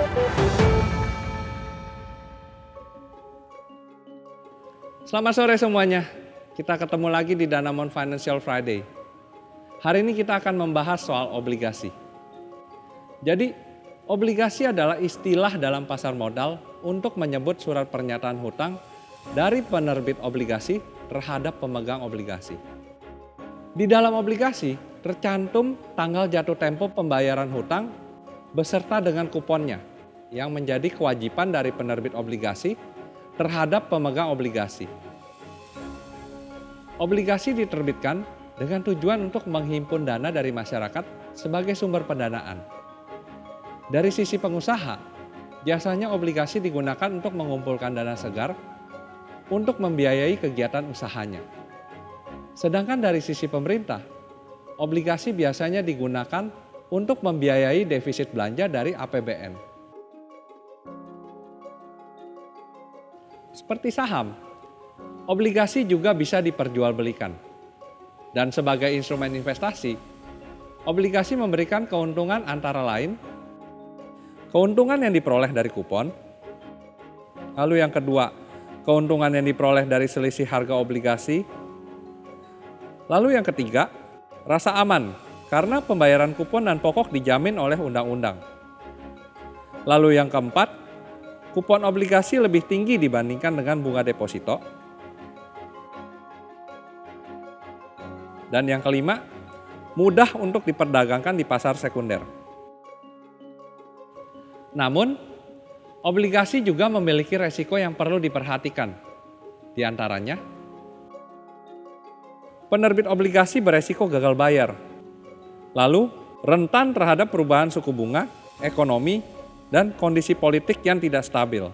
Selamat sore semuanya, kita ketemu lagi di Danamon Financial Friday. Hari ini kita akan membahas soal obligasi. Jadi, obligasi adalah istilah dalam pasar modal untuk menyebut surat pernyataan hutang dari penerbit obligasi terhadap pemegang obligasi. Di dalam obligasi tercantum tanggal jatuh tempo pembayaran hutang beserta dengan kuponnya yang menjadi kewajiban dari penerbit obligasi terhadap pemegang obligasi. Obligasi diterbitkan dengan tujuan untuk menghimpun dana dari masyarakat sebagai sumber pendanaan. Dari sisi pengusaha, biasanya obligasi digunakan untuk mengumpulkan dana segar untuk membiayai kegiatan usahanya. Sedangkan dari sisi pemerintah, obligasi biasanya digunakan untuk membiayai defisit belanja dari APBN. Seperti saham, obligasi juga bisa diperjualbelikan. Dan sebagai instrumen investasi, obligasi memberikan keuntungan antara lain, keuntungan yang diperoleh dari kupon, lalu yang kedua, keuntungan yang diperoleh dari selisih harga obligasi, lalu yang ketiga, rasa aman karena pembayaran kupon dan pokok dijamin oleh undang-undang. Lalu yang keempat, kupon obligasi lebih tinggi dibandingkan dengan bunga deposito. Dan yang kelima, mudah untuk diperdagangkan di pasar sekunder. Namun, obligasi juga memiliki resiko yang perlu diperhatikan. Di antaranya, penerbit obligasi beresiko gagal bayar. Lalu, rentan terhadap perubahan suku bunga, ekonomi, dan kondisi politik yang tidak stabil.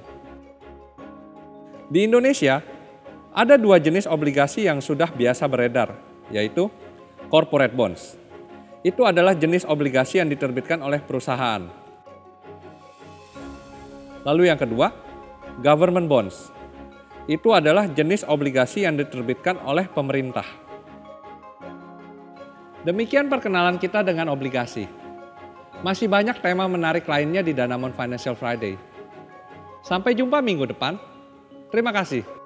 Di Indonesia, ada dua jenis obligasi yang sudah biasa beredar, yaitu corporate bonds. Itu adalah jenis obligasi yang diterbitkan oleh perusahaan. Lalu yang kedua, government bonds. Itu adalah jenis obligasi yang diterbitkan oleh pemerintah. Demikian perkenalan kita dengan obligasi. Masih banyak tema menarik lainnya di Danamon Financial Friday. Sampai jumpa minggu depan. Terima kasih.